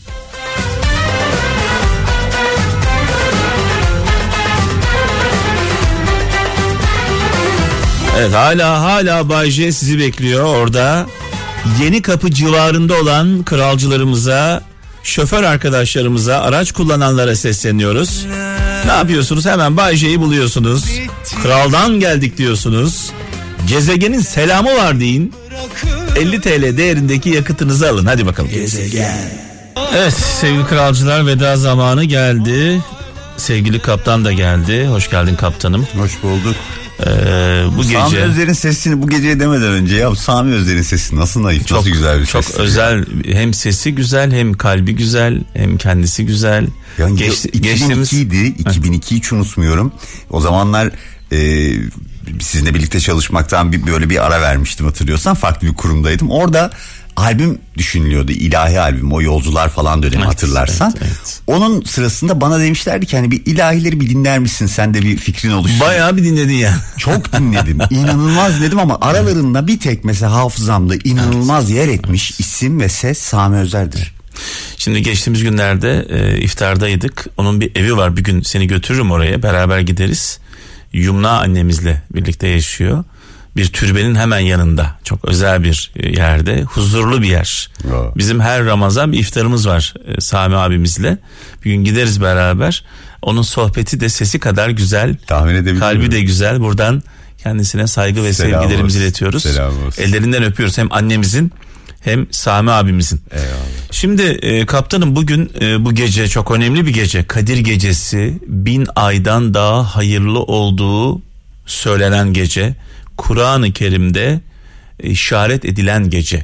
Evet, hala Bay J sizi bekliyor orada. Yenikapı civarında olan kralcılarımıza, şoför arkadaşlarımıza, araç kullananlara sesleniyoruz. Ne yapıyorsunuz? Hemen Bay J'yi buluyorsunuz. Kraldan geldik diyorsunuz. Gezegenin selamı var deyin. 50 TL değerindeki yakıtınızı alın. Hadi bakalım. Gezegen. Evet sevgili kralcılar, veda zamanı geldi. sevgili kaptan da geldi. Hoş geldin kaptanım. Hoş bulduk. Bu gece Sami Özer'in sesini bu geceye demeden önce ya Sami Özer'in sesi nasıl naif, çok, nasıl güzel bir ses. Çok özel, hem sesi güzel, hem kalbi güzel, hem kendisi güzel. Yani 2002'ydi, hiç unutmuyorum. O zamanlar sizinle birlikte çalışmaktan böyle bir ara vermiştim, hatırlıyorsan. Farklı bir kurumdaydım. Orada albüm düşünülüyordu, ilahi albüm, o Yolcular falan dönemi, evet, hatırlarsan. Evet. Onun sırasında bana demişlerdi ki hani bir ilahileri bir dinler misin, sen de bir fikrin oluşsun. Bayağı bir dinledin ya. Çok dinledim, inanılmaz dedim ama aralarında bir tek mesela hafızamda inanılmaz yer etmiş isim ve ses Sami Özer'dir. Şimdi geçtiğimiz günlerde iftardaydık. Onun bir evi var, bir gün seni götürürüm oraya, beraber gideriz. Yumna annemizle birlikte yaşıyor. Bir türbenin hemen yanında, çok özel bir yerde, huzurlu bir yer. Bizim her Ramazan bir iftarımız var Sami abimizle. Bir gün gideriz beraber. Onun sohbeti de sesi kadar güzel, kalbi de güzel. Buradan kendisine saygı ve sevgilerimizi iletiyoruz. Ellerinden öpüyoruz, hem annemizin hem Sami abimizin. Eyvallah. Şimdi kaptanım, bugün bu gece çok önemli bir gece. Kadir Gecesi, 1000 aydan daha hayırlı olduğu söylenen gece. Kur'an-ı Kerim'de işaret edilen gece.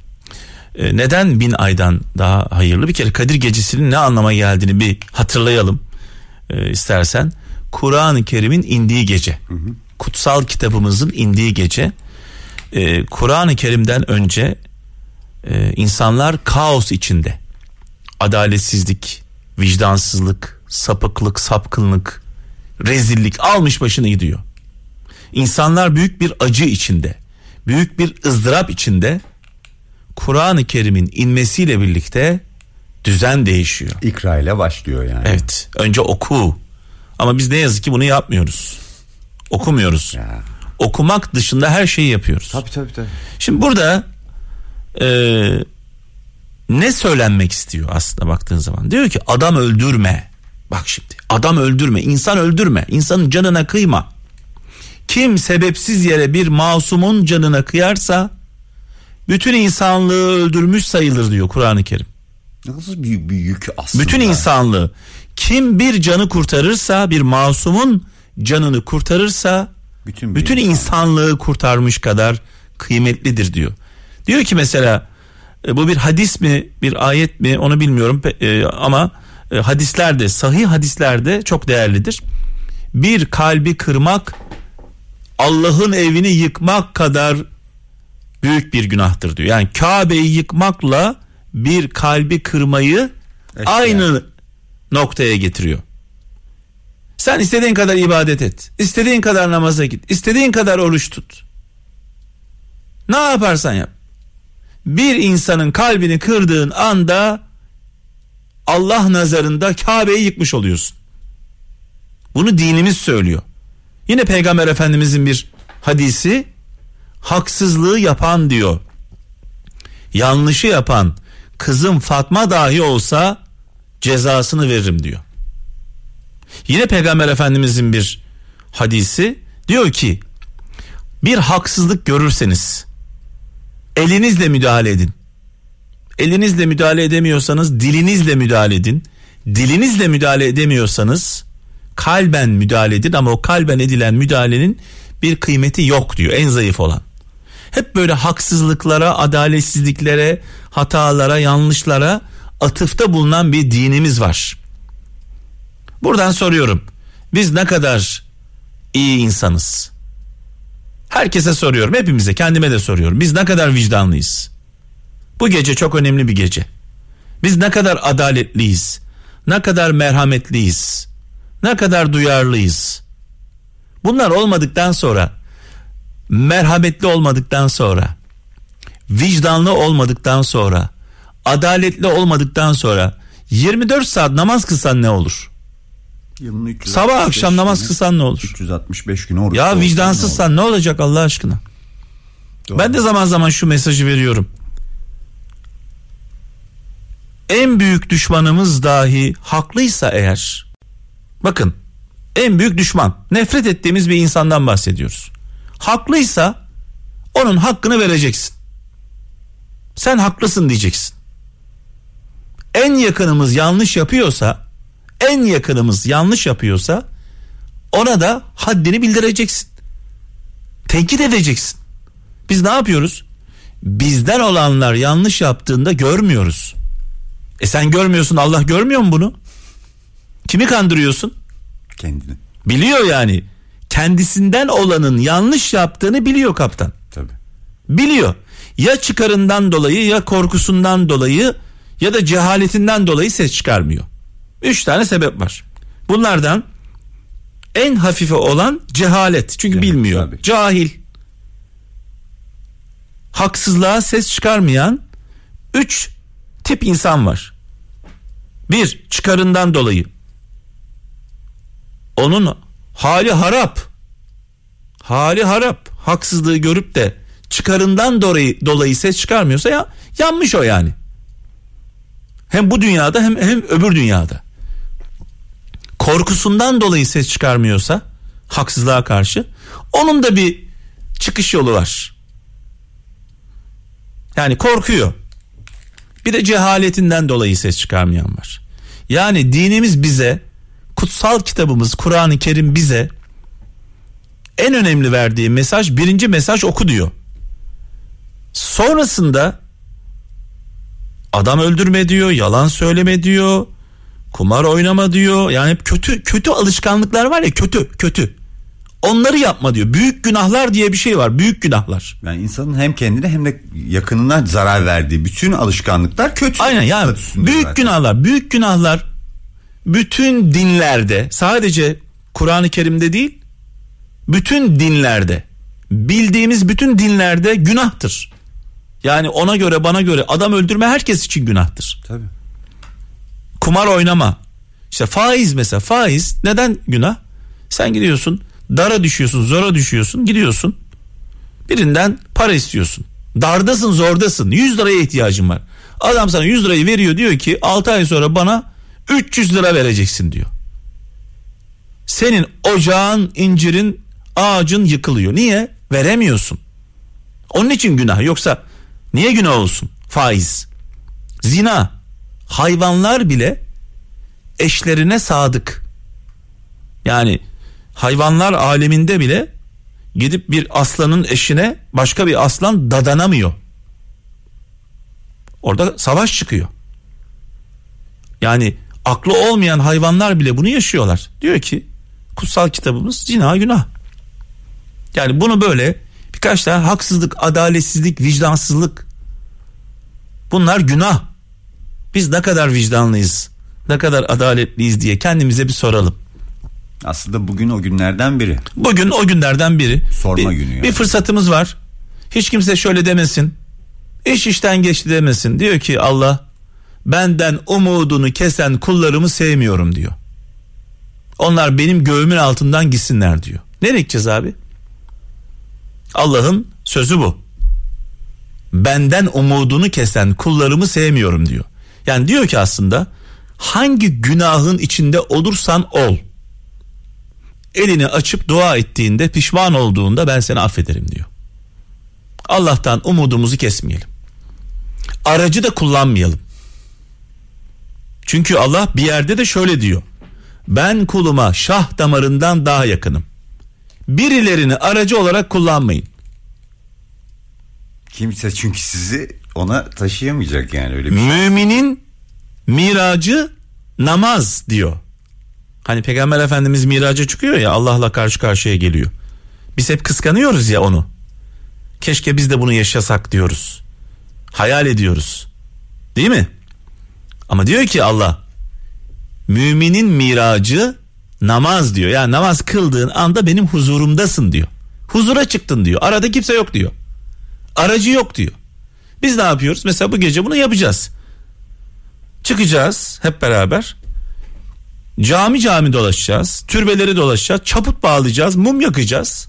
Neden 1000 aydan daha hayırlı? Bir kere Kadir Gecesi'nin ne anlama geldiğini bir hatırlayalım istersen. Kur'an-ı Kerim'in indiği gece. Kutsal kitabımızın indiği gece. Kur'an-ı Kerim'den önce insanlar kaos içinde. Adaletsizlik, vicdansızlık, sapıklık, sapkınlık, rezillik almış başını gidiyor. İnsanlar büyük bir acı içinde, büyük bir ızdırap içinde. Kur'an-ı Kerim'in inmesiyle birlikte düzen değişiyor. İkra ile başlıyor yani. Evet, önce oku. Ama biz ne yazık ki bunu yapmıyoruz. Okumuyoruz. Ya. Okumak dışında her şeyi yapıyoruz. Tabii. Şimdi burada ne söylenmek istiyor aslında baktığın zaman? Diyor ki adam öldürme. Bak şimdi, adam öldürme, insan öldürme, insanın canına kıyma. Kim sebepsiz yere bir masumun canına kıyarsa bütün insanlığı öldürmüş sayılır diyor Kur'an-ı Kerim. Nasıl büyük bir yük aslında. Bütün insanlığı. Kim bir canı kurtarırsa, bir masumun canını kurtarırsa bütün insanlığı kurtarmış kadar kıymetlidir diyor. Diyor ki mesela bu bir hadis mi, bir ayet mi onu bilmiyorum ama hadislerde, sahih hadislerde çok değerlidir. Bir kalbi kırmak Allah'ın evini yıkmak kadar büyük bir günahtır diyor. Yani Kabe'yi yıkmakla bir kalbi kırmayı aynı noktaya getiriyor. Sen istediğin kadar ibadet et, istediğin kadar namaza git, istediğin kadar oruç tut. Ne yaparsan yap. Bir insanın kalbini kırdığın anda Allah nazarında Kabe'yi yıkmış oluyorsun. Bunu dinimiz söylüyor. Yine Peygamber Efendimizin bir hadisi, haksızlığı yapan diyor, yanlışı yapan kızım Fatma dahi olsa cezasını veririm diyor. Yine Peygamber Efendimizin bir hadisi diyor ki, bir haksızlık görürseniz elinizle müdahale edin. Elinizle müdahale edemiyorsanız dilinizle müdahale edin. Dilinizle müdahale edemiyorsanız kalben müdahale edin, ama o kalben edilen müdahalenin bir kıymeti yok diyor, en zayıf olan. Hep böyle haksızlıklara, adaletsizliklere, hatalara, yanlışlara atıfta bulunan bir dinimiz var. Buradan soruyorum, biz ne kadar iyi insanız? Herkese soruyorum, hepimize, kendime de soruyorum. Biz ne kadar vicdanlıyız? Bu gece çok önemli bir gece. Biz ne kadar adaletliyiz? Ne kadar merhametliyiz? Ne kadar duyarlıyız? Bunlar olmadıktan sonra, merhametli olmadıktan sonra, vicdanlı olmadıktan sonra, adaletli olmadıktan sonra 24 saat namaz kılsan ne olur? Sabah akşam namaz kılsan ne olur? 365 gün oruç. Ya vicdansızsan ne olacak Allah aşkına? Doğru. Ben de zaman zaman şu mesajı veriyorum. En büyük düşmanımız dahi haklıysa eğer, bakın, en büyük düşman, nefret ettiğimiz bir insandan bahsediyoruz. Haklıysa onun hakkını vereceksin. Sen haklısın diyeceksin. En yakınımız yanlış yapıyorsa, En yakınımız yanlış yapıyorsa ona da haddini bildireceksin. Tenkit edeceksin. Biz ne yapıyoruz? Bizden olanlar yanlış yaptığında görmüyoruz. Sen görmüyorsun, Allah görmüyor mu bunu? Kimi kandırıyorsun? Kendini. Biliyor yani. Kendisinden olanın yanlış yaptığını biliyor kaptan. Tabii. Biliyor. Ya çıkarından dolayı, ya korkusundan dolayı, ya da cehaletinden dolayı ses çıkarmıyor. 3 tane sebep var. Bunlardan en hafife olan cehalet. Çünkü bilmiyor. Tabii. Cahil. Haksızlığa ses çıkarmayan 3 tip insan var. 1, çıkarından dolayı. Onun hali harap. Hali harap. Haksızlığı görüp de çıkarından dolayı ses çıkarmıyorsa ya yanmış o yani. Hem bu dünyada hem öbür dünyada. Korkusundan dolayı ses çıkarmıyorsa haksızlığa karşı, onun da bir çıkış yolu var. Yani korkuyor. Bir de cehaletinden dolayı ses çıkarmayan var. Yani dinimiz bize, kutsal kitabımız Kur'an-ı Kerim bize en önemli verdiği mesaj, birinci mesaj oku diyor. Sonrasında adam öldürme diyor, yalan söyleme diyor, kumar oynama diyor. Yani hep kötü alışkanlıklar var ya, kötü. Onları yapma diyor. Büyük günahlar diye bir şey var. Büyük günahlar. Yani insanın hem kendine hem de yakınına zarar verdiği bütün alışkanlıklar kötü. Aynen yani büyük zaten. Büyük günahlar bütün dinlerde, sadece Kur'an-ı Kerim'de değil, bütün dinlerde, bildiğimiz bütün dinlerde günahtır. Yani ona göre, bana göre adam öldürme herkes için günahtır. Tabii. Kumar oynama. İşte faiz mesela, faiz neden günah? Sen gidiyorsun, dara düşüyorsun, zora düşüyorsun, gidiyorsun birinden para istiyorsun. Dardasın, zordasın, 100 liraya ihtiyacın var. Adam sana 100 lirayı veriyor, diyor ki 6 ay sonra bana 300 lira vereceksin diyor. Senin ocağın, incirin, ağacın yıkılıyor. Niye? Veremiyorsun. Onun için günah. Yoksa niye günah olsun? Faiz, zina, hayvanlar bile eşlerine sadık. Yani hayvanlar aleminde bile gidip bir aslanın eşine başka bir aslan dadanamıyor. Orada savaş çıkıyor. Yani aklı olmayan hayvanlar bile bunu yaşıyorlar. Diyor ki kutsal kitabımız zina günah. Yani bunu böyle birkaç tane haksızlık, adaletsizlik, vicdansızlık, bunlar günah. Biz ne kadar vicdanlıyız, ne kadar adaletliyiz diye kendimize bir soralım. Aslında bugün o günlerden biri. Bugün o günlerden biri. Sorma günü yani. Bir fırsatımız var. Hiç kimse şöyle demesin. İş işten geçti demesin. Diyor ki Allah, benden umudunu kesen kullarımı sevmiyorum diyor. Onlar benim göğümün altından gitsinler diyor. Nereye gideceğiz abi? Allah'ın sözü bu. Benden umudunu kesen kullarımı sevmiyorum diyor. Yani diyor ki aslında hangi günahın içinde olursan ol, elini açıp dua ettiğinde, pişman olduğunda ben seni affederim diyor. Allah'tan umudumuzu kesmeyelim. Aracı da kullanmayalım. Çünkü Allah bir yerde de şöyle diyor. Ben kuluma şah damarından daha yakınım. Birilerini aracı olarak kullanmayın. Kimse çünkü sizi ona taşıyamayacak yani, öyle bir şey. Müminin miracı namaz diyor. Hani Peygamber Efendimiz miraca çıkıyor ya, Allah'la karşı karşıya geliyor. Biz hep kıskanıyoruz ya onu. Keşke biz de bunu yaşasak diyoruz. Hayal ediyoruz. Değil mi? Ama diyor ki Allah, müminin miracı namaz diyor. Yani namaz kıldığın anda benim huzurumdasın diyor. Huzura çıktın diyor. Arada kimse yok diyor. Aracı yok diyor. Biz ne yapıyoruz? Mesela bu gece bunu yapacağız. Çıkacağız hep beraber. Cami dolaşacağız. Türbeleri dolaşacağız. Çaput bağlayacağız. Mum yakacağız.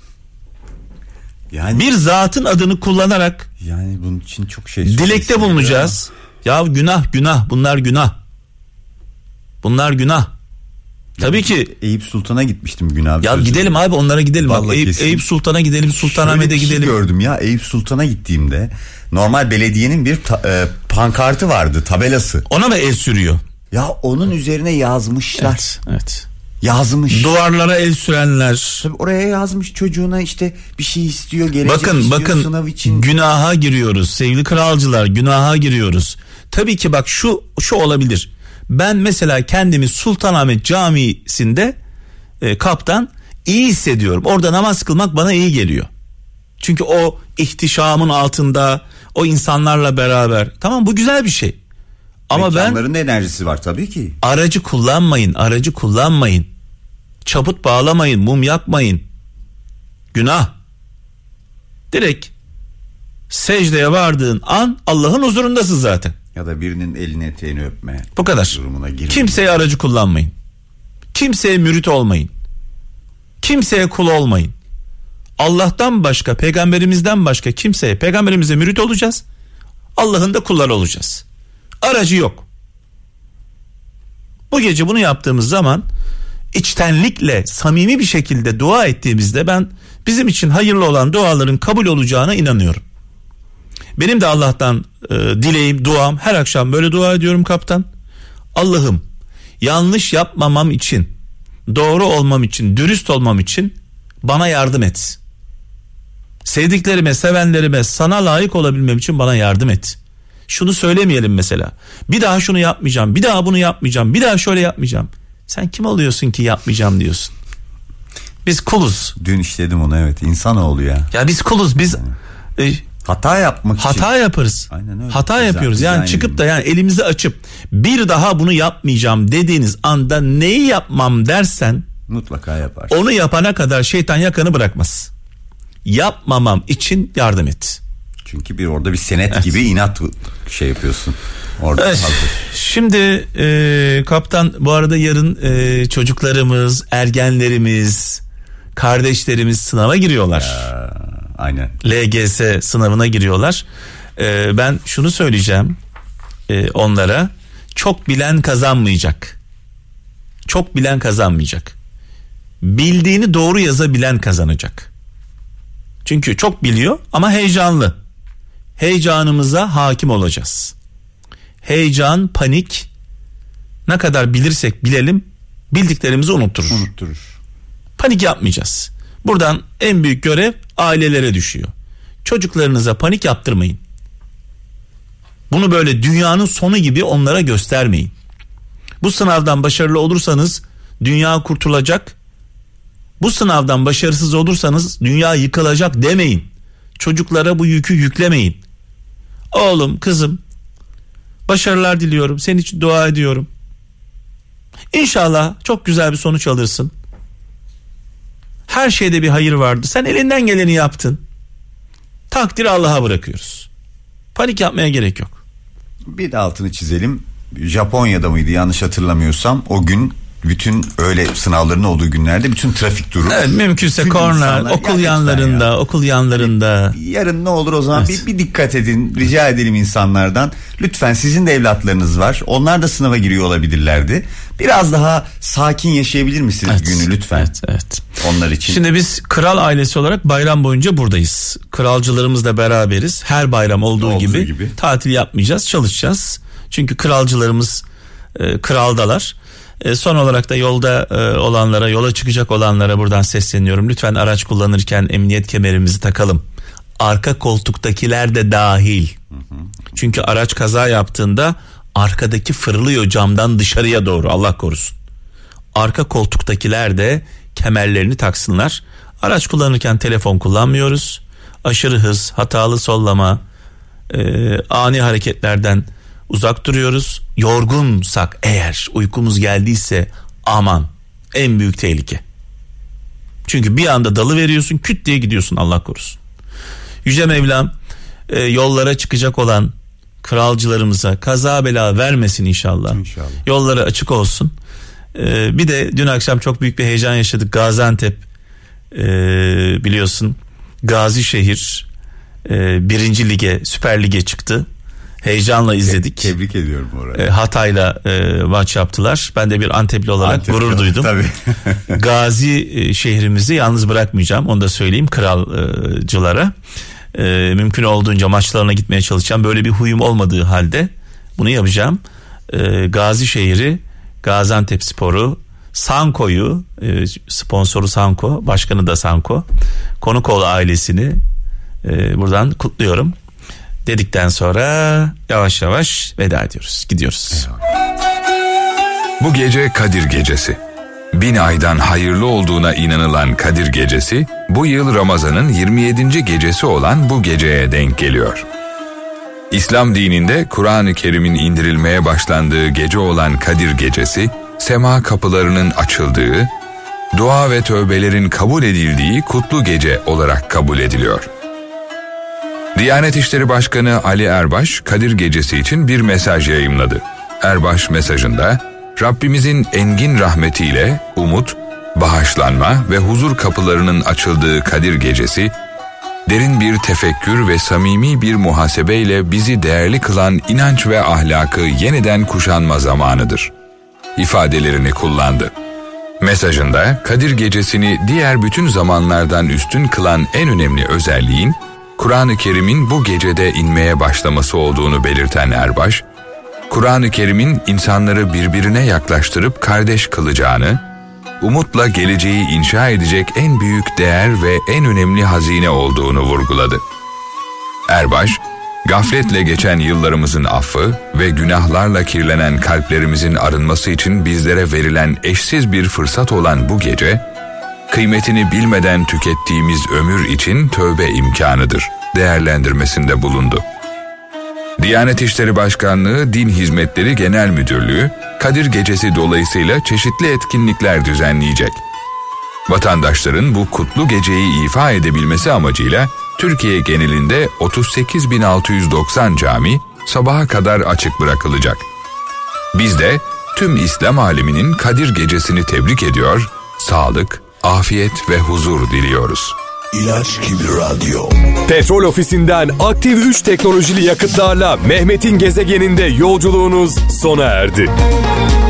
Yani bir zatın adını kullanarak, yani bunun için çok şey dilekte bulunacağız. Ya günah, bunlar günah. Bunlar günah. Tabii ki Eyüp Sultan'a gitmiştim gün abi. Ya gidelim abi, onlara gidelim. Bak, Eyüp Sultan'a gidelim, Sultanahmet'e gidelim. Şöyle gördüm ya, Eyüp Sultan'a gittiğimde normal belediyenin bir pankartı vardı, tabelası. Ona mı el sürüyor? Ya onun üzerine yazmışlar. Evet. Yazmış. Duvarlara el sürenler. Tabii oraya yazmış, çocuğuna işte bir şey istiyor, gelecek istiyor, sınav için. Günaha giriyoruz sevgili kralcılar, günaha giriyoruz. Tabii ki bak şu olabilir. Ben mesela kendimi Sultanahmet Camii'sinde kaptan iyi hissediyorum. Orada namaz kılmak bana iyi geliyor. Çünkü o ihtişamın altında, o insanlarla beraber. Tamam, bu güzel bir şey. Ama mekanların da enerjisi var tabii ki. Aracı kullanmayın. Çaput bağlamayın, mum yakmayın. Günah. Direkt secdeye vardığın an Allah'ın huzurundasın zaten. Ya da birinin elini eteğini öpme. Bu kadar. Kimseye aracı kullanmayın. Kimseye mürit olmayın. Kimseye kul olmayın. Allah'tan başka, peygamberimizden başka kimseye, peygamberimize mürit olacağız. Allah'ın da kulları olacağız. Aracı yok. Bu gece bunu yaptığımız zaman içtenlikle, samimi bir şekilde dua ettiğimizde ben bizim için hayırlı olan duaların kabul olacağına inanıyorum. Benim de Allah'tan dileğim, duam, her akşam böyle dua ediyorum kaptan. Allah'ım, yanlış yapmamam için, doğru olmam için, dürüst olmam için bana yardım et. Sevdiklerime, sevenlerime sana layık olabilmem için bana yardım et. Şunu söylemeyelim mesela. Bir daha şunu yapmayacağım, bir daha bunu yapmayacağım, bir daha şöyle yapmayacağım. Sen kim oluyorsun ki yapmayacağım diyorsun? Biz kuluz. Dün işledim onu, evet. İnsanoğlu ya. Ya biz kuluz, biz hata yapmak için. Hata yaparız. Aynen öyle. Hata yapıyoruz. Yani çıkıp da yani elimizi açıp bir daha bunu yapmayacağım dediğiniz anda neyi yapmam dersen mutlaka yaparsın. Onu yapana kadar şeytan yakanı bırakmaz. Yapmamam için yardım et. Çünkü orada bir senet gibi inat şey yapıyorsun. Orada evet. Şimdi kaptan, bu arada yarın çocuklarımız, ergenlerimiz, kardeşlerimiz sınava giriyorlar. Aynen. LGS sınavına giriyorlar. Ben şunu söyleyeceğim onlara: çok bilen kazanmayacak. Çok bilen kazanmayacak. Bildiğini doğru yazabilen kazanacak. Çünkü çok biliyor ama heyecanlı. Heyecanımıza hakim olacağız. Heyecan, panik, ne kadar bilirsek bilelim bildiklerimizi unutturur. Panik yapmayacağız. Buradan en büyük görev ailelere düşüyor. Çocuklarınıza panik yaptırmayın. Bunu böyle dünyanın sonu gibi onlara göstermeyin. Bu sınavdan başarılı olursanız dünya kurtulacak. Bu sınavdan başarısız olursanız dünya yıkılacak demeyin. Çocuklara bu yükü yüklemeyin. Oğlum, kızım, başarılar diliyorum. Senin için dua ediyorum. İnşallah çok güzel bir sonuç alırsın. Her şeyde bir hayır vardı. Sen elinden geleni yaptın. Takdiri Allah'a bırakıyoruz. Panik yapmaya gerek yok. Bir de altını çizelim. Japonya'da mıydı yanlış hatırlamıyorsam, o gün bütün öyle sınavların olduğu günlerde bütün trafik durur. Evet, mümkünse korna, okul yanlarında, okul yanlarında. Yarın ne olur o zaman evet. bir dikkat edin, rica edelim insanlardan. Lütfen, sizin de evlatlarınız var. Onlar da sınava giriyor olabilirlerdi. Biraz daha sakin yaşayabilir misiniz evet, günü lütfen? Evet. Onlar için. Şimdi biz kral ailesi olarak bayram boyunca buradayız. Kralcılarımızla beraberiz. Her bayram olduğu gibi tatil yapmayacağız, çalışacağız. Çünkü kralcılarımız kraldalar. Son olarak da yolda olanlara, yola çıkacak olanlara buradan sesleniyorum. Lütfen araç kullanırken emniyet kemerimizi takalım. Arka koltuktakiler de dahil. Çünkü araç kaza yaptığında arkadaki fırlıyor camdan dışarıya doğru, Allah korusun. Arka koltuktakiler de kemerlerini taksınlar. Araç kullanırken telefon kullanmıyoruz. Aşırı hız, hatalı sollama, ani hareketlerden uzak duruyoruz. Yorgunsak eğer, uykumuz geldiyse aman, en büyük tehlike. Çünkü bir anda dalı veriyorsun, küt diye gidiyorsun, Allah korusun. Yüce Mevlam yollara çıkacak olan kralcılarımıza kaza bela vermesin inşallah. Yolları açık olsun. Bir de dün akşam çok büyük bir heyecan yaşadık. Gaziantep biliyorsun, Gazişehir 1. lige, Süper Lig'e çıktı. Heyecanla izledik. Tebrik ediyorum orayı. Hatay'la maç yaptılar. Ben de bir Antepli olarak gurur duydum. Tabii. Gazi şehrimizi yalnız bırakmayacağım. Onu da söyleyeyim kralcılara. Mümkün olduğunca maçlarına gitmeye çalışacağım. Böyle bir huyum olmadığı halde bunu yapacağım. Gazişehir'i, Gaziantepspor'u, Sanko'yu, sponsoru Sanko, başkanı da Sanko, Konukoğlu ailesini buradan kutluyorum dedikten sonra yavaş yavaş veda ediyoruz, gidiyoruz. Bu gece Kadir Gecesi. 1000 aydan hayırlı olduğuna inanılan Kadir Gecesi, bu yıl Ramazan'ın 27. gecesi olan bu geceye denk geliyor. İslam dininde Kur'an-ı Kerim'in indirilmeye başlandığı gece olan Kadir Gecesi, sema kapılarının açıldığı, dua ve tövbelerin kabul edildiği kutlu gece olarak kabul ediliyor. Diyanet İşleri Başkanı Ali Erbaş, Kadir Gecesi için bir mesaj yayımladı. Erbaş mesajında, Rabbimizin engin rahmetiyle umut, bağışlanma ve huzur kapılarının açıldığı Kadir Gecesi, derin bir tefekkür ve samimi bir muhasebeyle bizi değerli kılan inanç ve ahlakı yeniden kuşanma zamanıdır ifadelerini kullandı. Mesajında Kadir Gecesi'ni diğer bütün zamanlardan üstün kılan en önemli özelliğin, Kur'an-ı Kerim'in bu gecede inmeye başlaması olduğunu belirten Erbaş, Kur'an-ı Kerim'in insanları birbirine yaklaştırıp kardeş kılacağını, umutla geleceği inşa edecek en büyük değer ve en önemli hazine olduğunu vurguladı. Erbaş, gafletle geçen yıllarımızın affı ve günahlarla kirlenen kalplerimizin arınması için bizlere verilen eşsiz bir fırsat olan bu gece, kıymetini bilmeden tükettiğimiz ömür için tövbe imkanıdır değerlendirmesinde bulundu. Diyanet İşleri Başkanlığı Din Hizmetleri Genel Müdürlüğü, Kadir Gecesi dolayısıyla çeşitli etkinlikler düzenleyecek. Vatandaşların bu kutlu geceyi ifa edebilmesi amacıyla Türkiye genelinde 38.690 cami sabaha kadar açık bırakılacak. Biz de tüm İslam aleminin Kadir Gecesi'ni tebrik ediyor, sağlık, afiyet ve huzur diliyoruz. İlaç gibi radyo. Petrol Ofisi'nden aktif 3 teknolojili yakıtlarla Mehmet'in gezegeninde yolculuğunuz sona erdi.